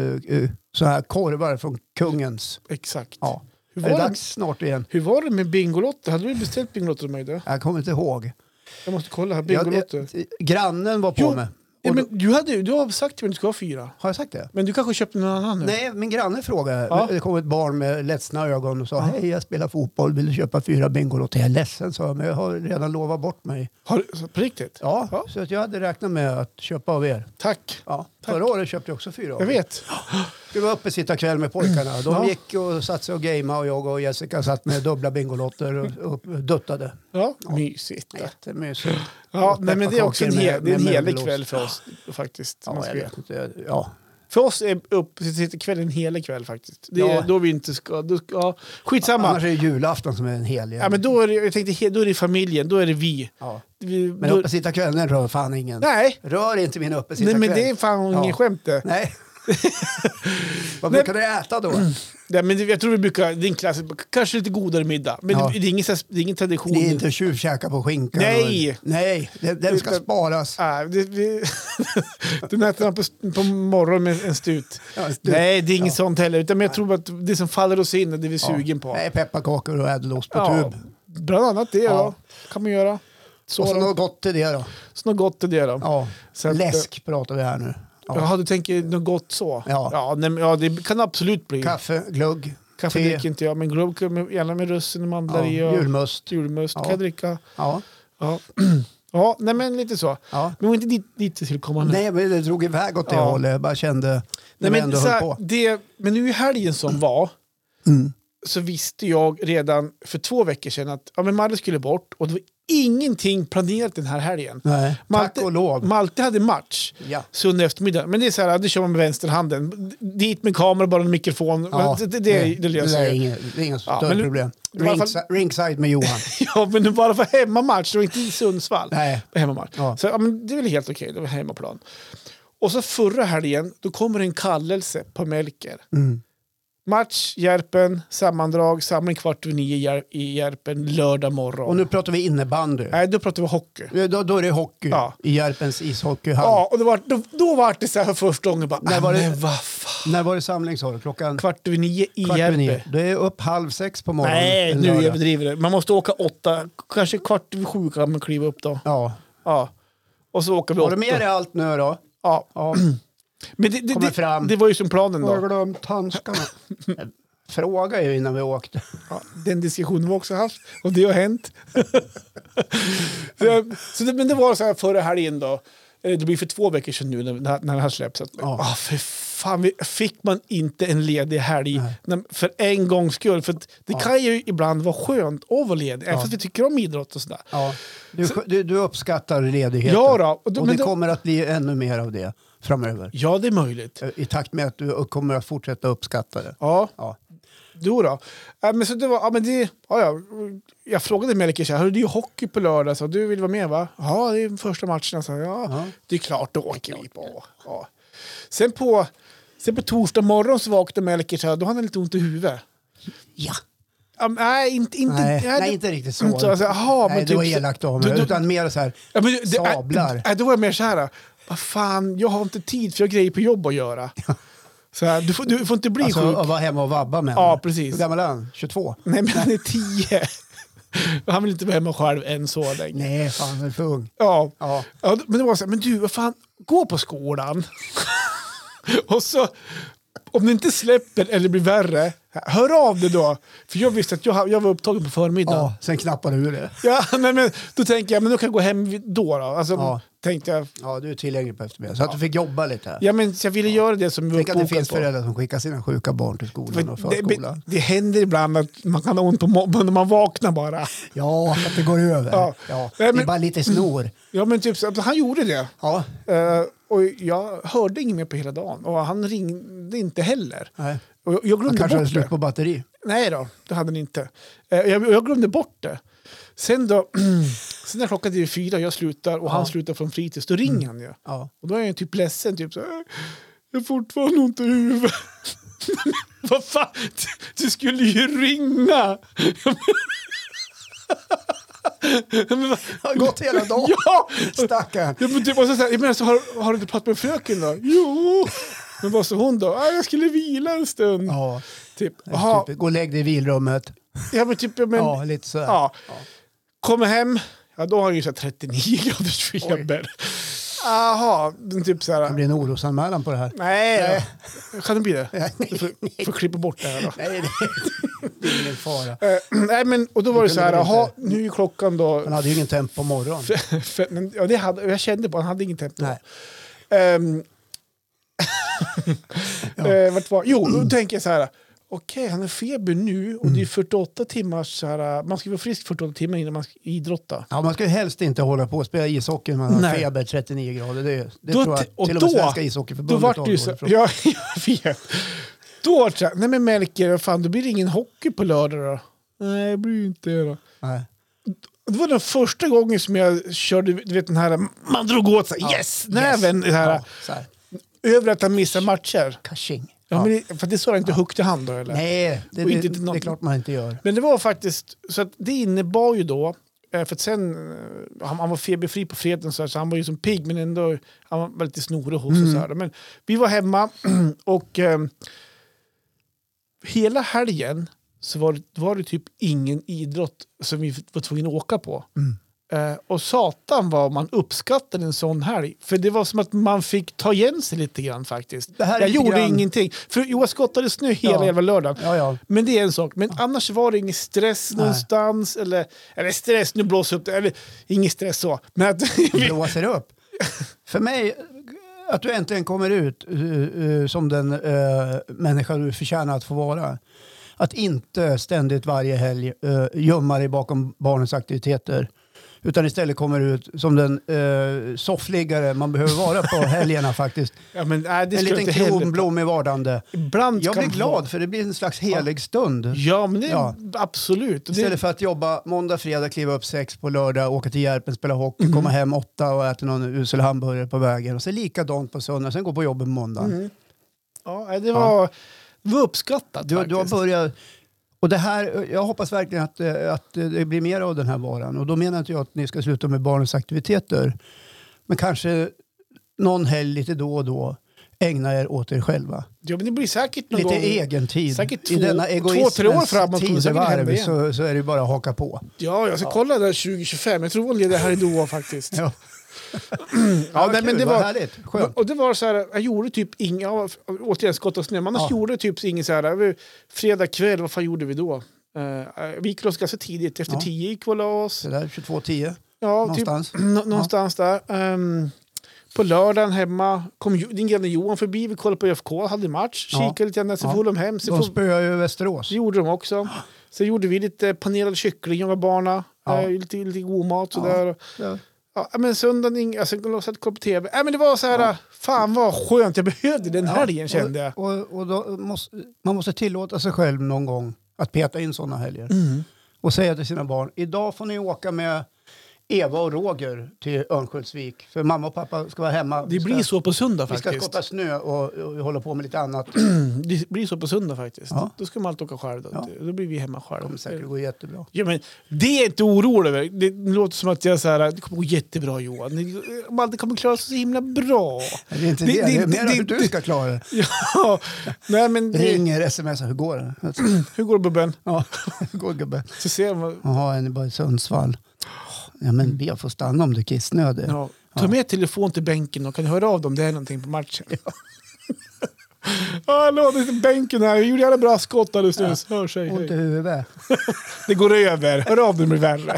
så här korvar från kungens.
Exakt.
Ja. Är det dags snart igen?
Hur var det med bingolotter? Hade du beställt bingolotter av mig då?
Jag kommer inte ihåg.
Jag måste kolla här, bingolotter.
Grannen var på mig.
Ja, men du har sagt till mig att du ska ha 4.
Har jag sagt det?
Men du kanske köpte någon annan nu?
Nej, min granne frågade. Det kom ett barn med ledsna ögon och sa hej, jag spelar fotboll, vill du köpa 4 bingolotter? Jag är ledsen, sa jag, men jag har redan lovat bort mig.
På riktigt?
Ja, så att jag hade räknat med att köpa av er.
Tack.
Ja, förra året köpte jag också 4 av
jag vet.
Det var uppe sitta kväll med pojkarna. De gick och satt sig och gamea och jag och Jessica satt med dubbla bingolotter och duttade.
Ja, mysigt.
Jättemysigt.
Ja, men det är också en helig kväll för oss faktiskt.
Ja, jag vet inte. Ja.
För oss är uppesittarkvällen hela kväll faktiskt. Det är då vi inte ska... skitsamma.
Annars är det julafton som är en hel.
Ja, men då är det, jag tänkte, då är det familjen, då är det vi.
Ja. Men uppesittarkvällen rör fan ingen.
Nej.
Rör inte min uppesittarkväll.
Nej, men det är fan ingen skämt det.
Nej. Vad brukar du äta då?
Ja, men jag tror vi brukar, det är en klassisk, kanske lite godare middag. Men det är ingen tradition.
Det är inte tjuvkäka på skinkan.
Nej!
Nej, den ska sparas.
Du äter på morgonen med en stut. Nej, det är inget sånt heller. Utan jag tror att det som faller oss in är det vi är sugen på.
Nej, pepparkakor och ädelost på tub.
Bland annat det då. Kan man göra.
Så och så något gott till det då.
Så något gott till det då.
Ja. Så läsk pratar vi här nu.
Ja. Jaha, du tänker något gott så?
Ja.
Det kan absolut bli.
Kaffe, glugg,
kaffe
te.
Dricker inte jag, men glugg gärna med russin och mandlar i. Och julmust kan jag dricka.
Ja.
Ja, nej men lite så.
Ja.
Men var inte dit till komma nu.
Nej, men det drog iväg åt det hållet. Jag bara kände när vi ändå höll på.
Men nu i helgen som var så visste jag redan för 2 veckor sedan att men Malte skulle bort och det var ingenting planerat den här helgen.
Nej, tack och lov.
Malte hade match söndag eftermiddag. Men det är så här, det kör man med vänsterhanden. Dit med kamera, bara en mikrofon.
Ja,
det löser
det är inga större problem. Ringside med Johan.
Ja, men det bara för hemmamatch och inte i Sundsvall.
Nej.
Hemmamatch. Ja. Så men det är väl helt okej, det var hemmaplan. Och så förra helgen, då kommer en kallelse på Melker. Match, Järpen, sammandrag, samling 8:45 i Järpen lördag morgon.
Och nu pratar vi innebandy.
Nej, då pratar vi hockey.
Då är det hockey i Järpens ishockeyhall.
Ja, och då var det så här för första gången. Bara,
när var det samling så? Klockan
8:45 i Järpen.
Det är upp 5:30 på morgonen.
Nej, nu överdriver det. Man måste åka 8, kanske 7:15 kan man kliva upp då. Ja. Och så åker vi 8.
Har du med dig allt nu då?
Ja. Men det var ju som planen då.
Jag har glömt handskarna. Fråga ju innan vi åkte.
Ja, den diskussionen var också haft. Och det har hänt. Men det var så här förra helgen då. Det blir för 2 veckor sedan nu när det här släpps. För fan, fick man inte en ledig helg för en gångs skull. För det kan ju ibland vara skönt att vara ledig. Även fast vi tycker om idrott och sådär. Ja.
Du uppskattar ledigheten.
Ja då.
Och det kommer att bli ännu mer av det framöver.
Ja, det är möjligt.
I takt med att du kommer att fortsätta uppskatta det.
Ja. Då. Men så det var, jag frågade Melker så här, det är ju hockey på lördag, så du vill vara med va? Ja, det är första matchen. Så det är klart, då åker vi på. Ja. Sen på torsdag morgon så vaknade Melker så här, då hade han lite ont i huvudet.
Ja.
Nej,
inte riktigt så.
Inte, alltså,
men det typ, var elakt av mig, utan mer så här sablar.
Då var jag mer så här, vad fan, jag har inte tid för jag har grejer på jobb att göra. Så här, du får inte bli sjuk.
Att vara hemma och vabba med.
Ja, precis.
Hur gammal är han? 22?
Nej, men han är 10. Han vill inte vara hemma själv än så länge.
Nej, fan, han är för ung.
Ja, men det var så här, men du, vad fan, gå på skolan. Och så, om det inte släpper eller blir värre, hör av det då. För jag visste att jag var upptagen på förmiddagen.
Ja, sen knappade du det.
Ja, men då tänker jag, men då kan jag gå hem då. Alltså, tänkte jag.
Ja, du är tillgänglig på eftermiddagen. Så att du fick jobba lite här.
Ja, men jag ville göra det som vi var
uppbokade på. Det finns föräldrar som skickar sina sjuka barn till skolan och förskolan.
Det händer ibland att man kan ha ont på mobben när man vaknar bara.
Ja, att det går över. Ja. Det är bara lite snor.
Ja, men typ så, han gjorde det.
Ja.
Och jag hörde inget mer på hela dagen. Och han ringde inte heller.
Nej.
Och jag glömde
han kanske hade
bort
slut på batteri.
Nej då, det hade han inte. Jag glömde bort det. Sen när klockan är 4 jag slutar och han slutar från fritids, då ringer han ju. Ja. Och då är jag typ ledsen, typ så jag har fortfarande ont i huvudet. Vad fan, du skulle ju ringa.
Har gått hela dagen.
Ja,
stackarn.
Ja, men typ, så har du inte pratat med fröken då? Jo. Men vad sa hon då? Jag skulle vila en stund.
Ja.
Typ,
gå och lägg dig i vilrummet.
Ja, men typ,
lite så.
Ja. Kommer hem, då har han ju så 39 graders feber. Jaha, typ så här.
Det blir en orosanmälan på det här.
Nej. Kan det bli det? Du får klippa bort det här då.
Nej, det är ingen fara.
Nej, men och då var det så här, nu är klockan då.
Han hade ju ingen temp på morgonen.
Ja, jag kände på han hade ingen temp.
Nej.
Då tänker jag så här, okej, han har feber nu och det är 48 timmar så här, man ska vara frisk 48 timmar innan man ska idrotta.
Ja, man ska ju helst inte hålla på och spela ishockey när man har feber 39 grader. Det tror jag till och med Svenska ishockeyförbundet
då så, ja, jag vet. Då nej men Melker, fan, då blir det ingen hockey på lördag då. Nej, det blir inte det då.
Nej.
Det var den första gången som jag körde, du vet den här, man drog åt sig, näven, det här.
Ja, så här.
Över att han missar matcher.
Kaching.
Ja, men för det sa inte högt i hand då, eller?
Nej, det är klart man inte gör.
Men det var faktiskt, så att det innebar ju då, för att sen, han var feberfri på freden så han var ju som pigg, men ändå, han var lite snorig hos oss. Så här. Men vi var hemma och hela helgen så var det typ ingen idrott som vi var tvungna att åka på. Och satan vad man uppskattade en sån helg. För det var som att man fick ta igen sig lite grann faktiskt. Jag gjorde ingenting. För jag skottade snö hela jävla lördagen.
Ja. Men
det är en sak. Men annars var det ingen stress någonstans. Eller stress, nu blåser upp det. Eller ingen stress så. Men att
blåser upp. För mig, att du äntligen kommer ut som den människa du förtjänar att få vara. Att inte ständigt varje helg gömma dig bakom barnens aktiviteter. Utan istället kommer ut som den soffliggare man behöver vara på helgerna faktiskt.
Ja, men,
en liten kronblom i vardande. Jag blir glad för det blir en slags helig stund.
Ja, men det är absolut.
Istället för att jobba måndag, fredag, kliva upp 6 på lördag, åka till Järpen, spela hockey, komma hem 8 och äta någon usel hamburgare på vägen. Och så likadant på söndag, sen gå på jobbet måndag.
Ja, det var uppskattat.
Du har börjat... Och det här, jag hoppas verkligen att det blir mer av den här varan. Och då menar inte jag att ni ska sluta med barnens aktiviteter. Men kanske någon helg lite då och då ägna er åt er själva.
Ja, men det blir säkert någon
lite
gång,
egen tid.
Säkert
i denna egoismens år framåt tidevarv så är det bara att haka på.
Ja, jag ska kolla där 2025. Jag tror det här är då faktiskt.
Ja.
Men det var
härligt. Skönt.
Och det var så här, jag gjorde typ inga, återigen skott och snö, men annars gjorde typ ingen så här, fredag kväll, vad fan gjorde vi då? Vi gick loss ganska tidigt, efter 10 gick vi oss.
Det där 22:10.
Ja,
någonstans.
Typ, någonstans där. På lördagen hemma kom din granne Johan förbi, vi kollade på ÖFK, hade match, kikade lite grann, så får de hem.
De spöade ju Västerås.
Det gjorde de också. Så gjorde vi lite panerad kyckling och barna, lite god mat sådär. Ja, men söndagen, alltså jag satt på tv. Men det var så här, fan vad skönt, jag behövde den helgen kände jag.
Och då man måste tillåta sig själv någon gång att peta in sådana helger. Och säga till sina barn, idag får ni åka med Eva och Roger till Örnsköldsvik. För mamma och pappa ska vara hemma.
Det blir så på söndag faktiskt.
Vi ska skotta snö och hålla på med lite annat.
Det blir så på söndag faktiskt. Ja. Då ska man alltid åka själv. Då blir vi hemma själv. Det
kommer säkert gå jättebra.
Ja, men det är inte orolig över. Det låter som att jag så här, det kommer gå jättebra Johan. Det kommer klara sig så himla bra.
Det är inte det är mer hur du ska klara det.
Ja. Nej, men
ringer, sms, hur går det?
Hur går det Bubben?
Ja, hur går det gubben?
Så ser man.
Jaha, är ni bara i Sundsvall? Ja, men jag får stanna om det är kissnödig.
Ja. Ta med telefon till bänken och kan höra av dem det är någonting på matchen. Hallå, det är bänken här. Jag gjorde alla bra skott alldeles nyss. Hör sig.
Ont i huvudet.
Det går över. Hör av dem blir värre.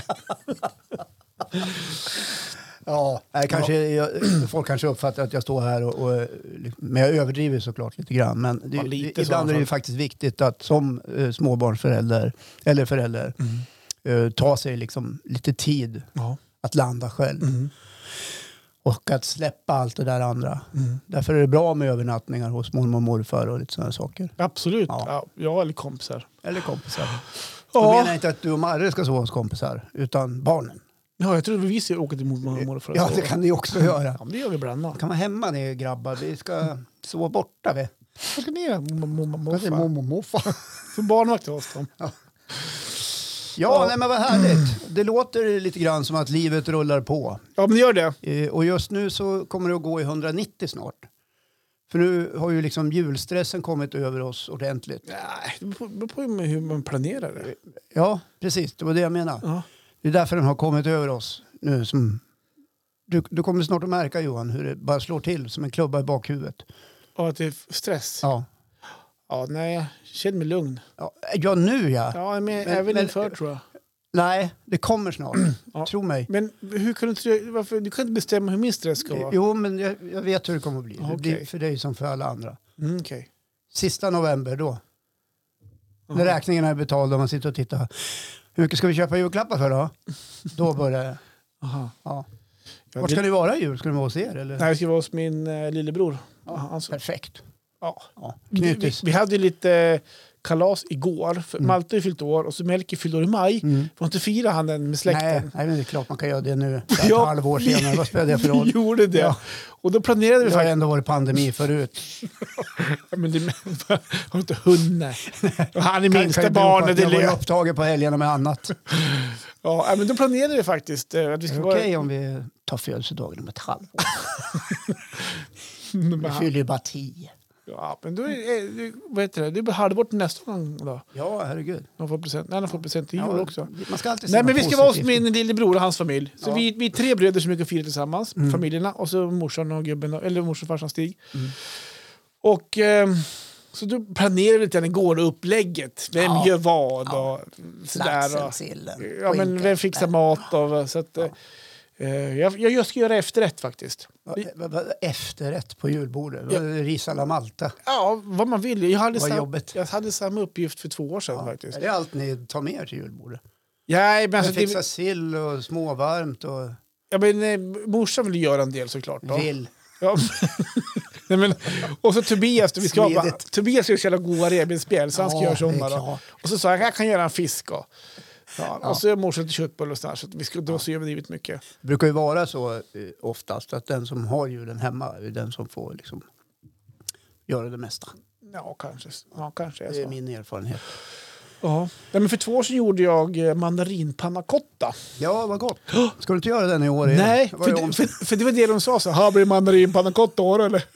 Ja, folk kanske uppfattar att jag står här men jag överdriver såklart lite grann. Men ibland är det ju faktiskt viktigt att som småbarnsförälder eller förälder ta sig liksom lite tid att landa själv. Och att släppa allt det där andra. Därför är det bra med övernattningar hos mormor och morfar och lite sådana saker.
Absolut. Ja, eller kompisar.
Jag menar inte att du och Marre ska sova hos kompisar, utan barnen.
Ja, jag tror vi ska åka till mormor och morfar.
Ja, det kan ni också göra.
Ja, det gör vi ibland.
Kan vara hemma ni grabbar. Vi ska sova borta.
Vad ska ni göra?
Mormor och morfar.
För barnvakt hos dem.
Ja, nej, men vad härligt. Det låter lite grann som att livet rullar på.
Ja, men det gör det.
Och just nu så kommer det att gå i 190 snart. För nu har ju liksom julstressen kommit över oss ordentligt.
Nej, det beror på hur man planerar det.
Ja, precis. Det var det jag menade.
Ja.
Det är därför den har kommit över oss nu. Du kommer snart att märka, Johan, hur det bara slår till som en klubba i bakhuvudet.
Och att det är stress?
Ja.
Ja, nej, jag känner mig lugn.
Ja, nu ja.
Ja, men även inför tror jag.
Nej, det kommer snart. Tro mig.
Men hur kan du kan inte bestämma hur min stress ska vara?
Jo, men jag vet hur det kommer att bli. Det blir för dig som för alla andra.
Okay.
Sista november då. När räkningarna är betalda och man sitter och tittar. Hur mycket ska vi köpa julklappar för då? Då börjar det. Ja. Vart ska ni vara i jul? Ska ni vara hos er? Eller?
Nej, jag ska vara hos min lillebror.
Alltså. Perfekt.
Ja. Vi hade lite kalas igår. Malte fyllt år och så Melke fyllde år i maj. Får inte fira han den med släkten?
Nej, men det är klart man kan göra det nu. Ett halvår senare. Vad spelar det för roll?
Gjorde det. Ja. Och då planerade vi
faktiskt. Det har ändå varit pandemi förut.
Men det har inte hunnit. Han är minsta barnet.
Jag var upptaget på helgerna med annat.
Ja, men då planerade vi faktiskt. Att vi ska
okej om vi tar födelsedagen om ett halvår. Vi fyller ju bara 10.
Ja, men då är det blir halvbort nästa gång då.
Ja, herregud.
De får present. Nej, de får present i jul också.
Man ska alltid
men vi ska vara hos min lillebror och hans familj. Så vi är 3 bröder som mycket firar tillsammans. Familjerna. Och så morsan och gubben. Eller morsan och farsan Stig. Och så då planerar vi lite igår upplägget. Vem gör vad och sådär. Ja, men vem fixar mat och så att... Jag ska göra efterrätt faktiskt.
Efterrätt på julbordet? Ris alla Malta?
Ja, vad man vill. Jag hade samma uppgift för 2 år sedan faktiskt.
Är det allt ni tar med er till julbordet?
Ja, men alltså,
fixa sill och småvarmt och...
Ja, men morsan vill göra en del såklart. Då.
Vill.
Ja. Nej, men, och så Tobias, Tobias gör så jävla goda revbensspjäll så han ska göra sådana. Och så sa jag kan göra en fisk och... Ja. Och så är morsan till köttbull och sådär, så att vi ska då se överdrivet mycket.
Det brukar ju vara så oftast att den som har julen hemma är den som får liksom göra det mesta.
Ja, kanske är
det är min erfarenhet.
Ja. Men för 2 år sedan gjorde jag mandarinpannacotta.
Ja, vad gott. Ska du inte göra den i år igen?
Nej, för det var det de sa så. Har blir mandarinpannacotta år eller?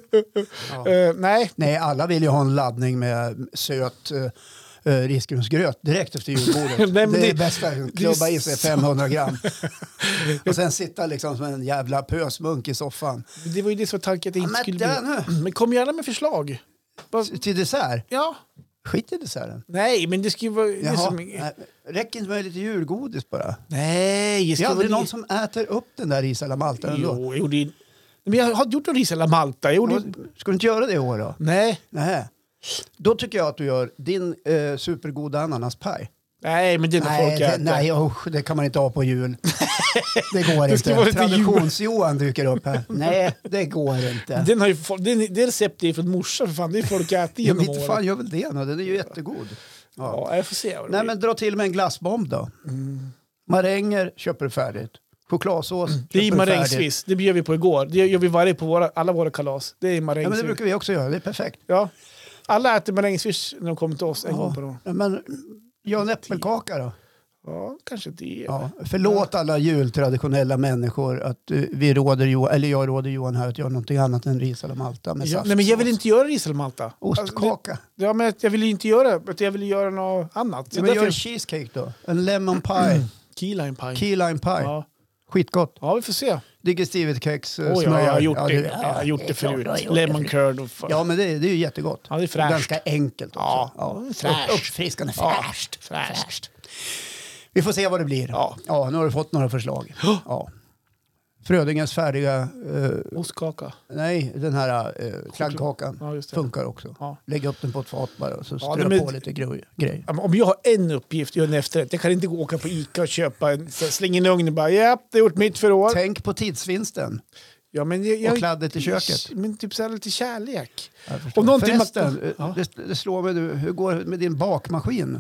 Nej.
Nej, alla vill ju ha en laddning med söt... risgrynsgröt direkt efter julbordet. Det är bästa. Klubba i sig 500 gram. Och sen sitta liksom som en jävla pösmunk i soffan.
Det var ju det som tanken att det inte skulle bli. Men kom gärna med förslag.
Till dessert?
Ja.
Skit i desserten.
Nej, men det ska ju vara...
Räcker inte med lite julgodis bara?
Nej.
Det är aldrig någon som äter upp den där ris alla Malta ändå.
Jo, men jag har gjort en ris alla Malta.
Ska du inte göra det i år då?
Nej.
Då tycker jag att du gör din supergoda ananaspaj.
Nej, men det är nog folk äter.
Nej, det kan man inte ha på jul. Det går inte. Traditions-Johan dyker upp här. Nej, det går inte.
Det receptet är från morsan, för fan. Det är folk äter genom året.
Fan gör väl det nu? Den är ju jättegod.
Ja, jag får se.
Nej, men dra till med en glassbomb då. Maränger köper färdigt. Chokladsås.
Det är marängsviss. Det bjöd vi på igår. Det gör vi på alla våra kalas. Det är marängsviss.
Ja, men det brukar vi också göra. Det är perfekt.
Ja. Alla äter marängsviss när de kommer till oss en gång på dagen.
Men gör en äppelkaka då?
Ja, kanske det.
Ja, förlåt alla jultraditionella människor att jag råder Johan här att göra någonting annat än ris eller malta med saft.
Nej, men jag vill inte göra ris eller malta.
Ostkaka.
Ja, men jag vill inte göra det. Jag vill göra något annat.
Ja, men gör en cheesecake då. En lemon pie.
Key lime pie.
Key lime pie.
Ja.
Skitgott.
Ja, vi får se.
Digestivet kex.
Jag har gjort det förut. Lemon curd.
Ja, men det är ju jättegott.
Ja, det är fräscht.
Ganska enkelt också. Uppfriskande. Fräscht. Vi får se vad det blir. Ja, nu har du fått några förslag. Ja. Frödingens färdiga...
ostkaka.
Nej, den här kladdkakan funkar också. Ja. Lägg upp den på ett fat bara och så strö på lite grejer.
Om jag har en uppgift, gör en efterrätt. Jag kan inte gå på Ica och köpa släng in i ugnen och bara, det har gjort mitt för år.
Tänk på tidsvinsten.
Ja, men
och kladdet i köket.
Men typ så här lite kärlek.
Och förresten, det slår mig nu. Hur går det med din bakmaskin?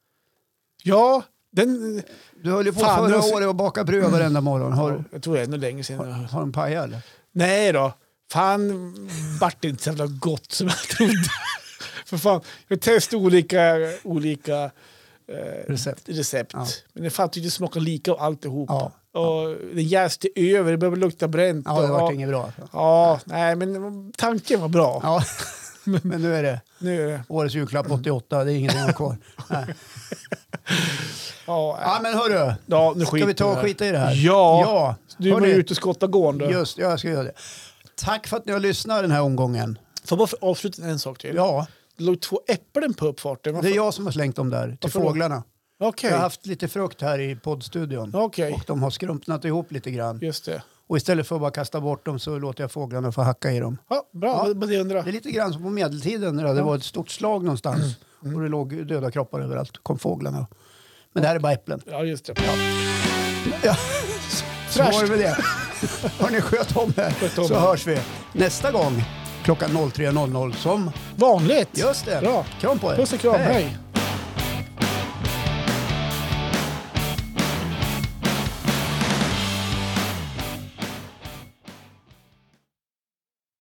Ja,
du höll ju på förra året att baka bröd varenda morgon.
Jag tror det är ännu längre sedan.
Har de pajat eller?
Nej då. Fan, vart inte så jävla gott som jag trodde. För fan, jag testade olika recept. Ja. Men det fanns inte smaka lika och alltihop. Ja. Och det jäste över, det började lukta bränt.
Ja, det var inget bra.
Ja, nej, men tanken var bra.
Ja. Men nu är det årets julklapp 88, det är ingenting att kvar. Ja, men hörru.
Ja, nu
ska vi ta och skita i det här?
Ja. Du var ute och skotta gården.
Just, jag ska göra det. Tack för att ni har lyssnat den här omgången.
Får bara avsluta en sak till?
Ja.
Det låg 2 äpplen på uppfarten.
Det är jag som har slängt dem där till fåglarna.
Okay.
Jag har haft lite frukt här i poddstudion.
Okay.
Och de har skrumpnat ihop lite grann.
Just det.
Och istället för att bara kasta bort dem så låter jag fåglarna få hacka i dem.
Ja, bra. Ja. Det
är lite grann som på medeltiden när det var ett stort slag någonstans. Och det låg döda kroppar överallt. Kom fåglarna. Men det här är bara äpplen.
Ja, just det.
Ja. Så var det med det. Hörrni, sköt om det. Så hörs vi nästa gång klockan 03.00 som
vanligt.
Just det.
Bra.
Kram på er.
Puss och kram. Hej.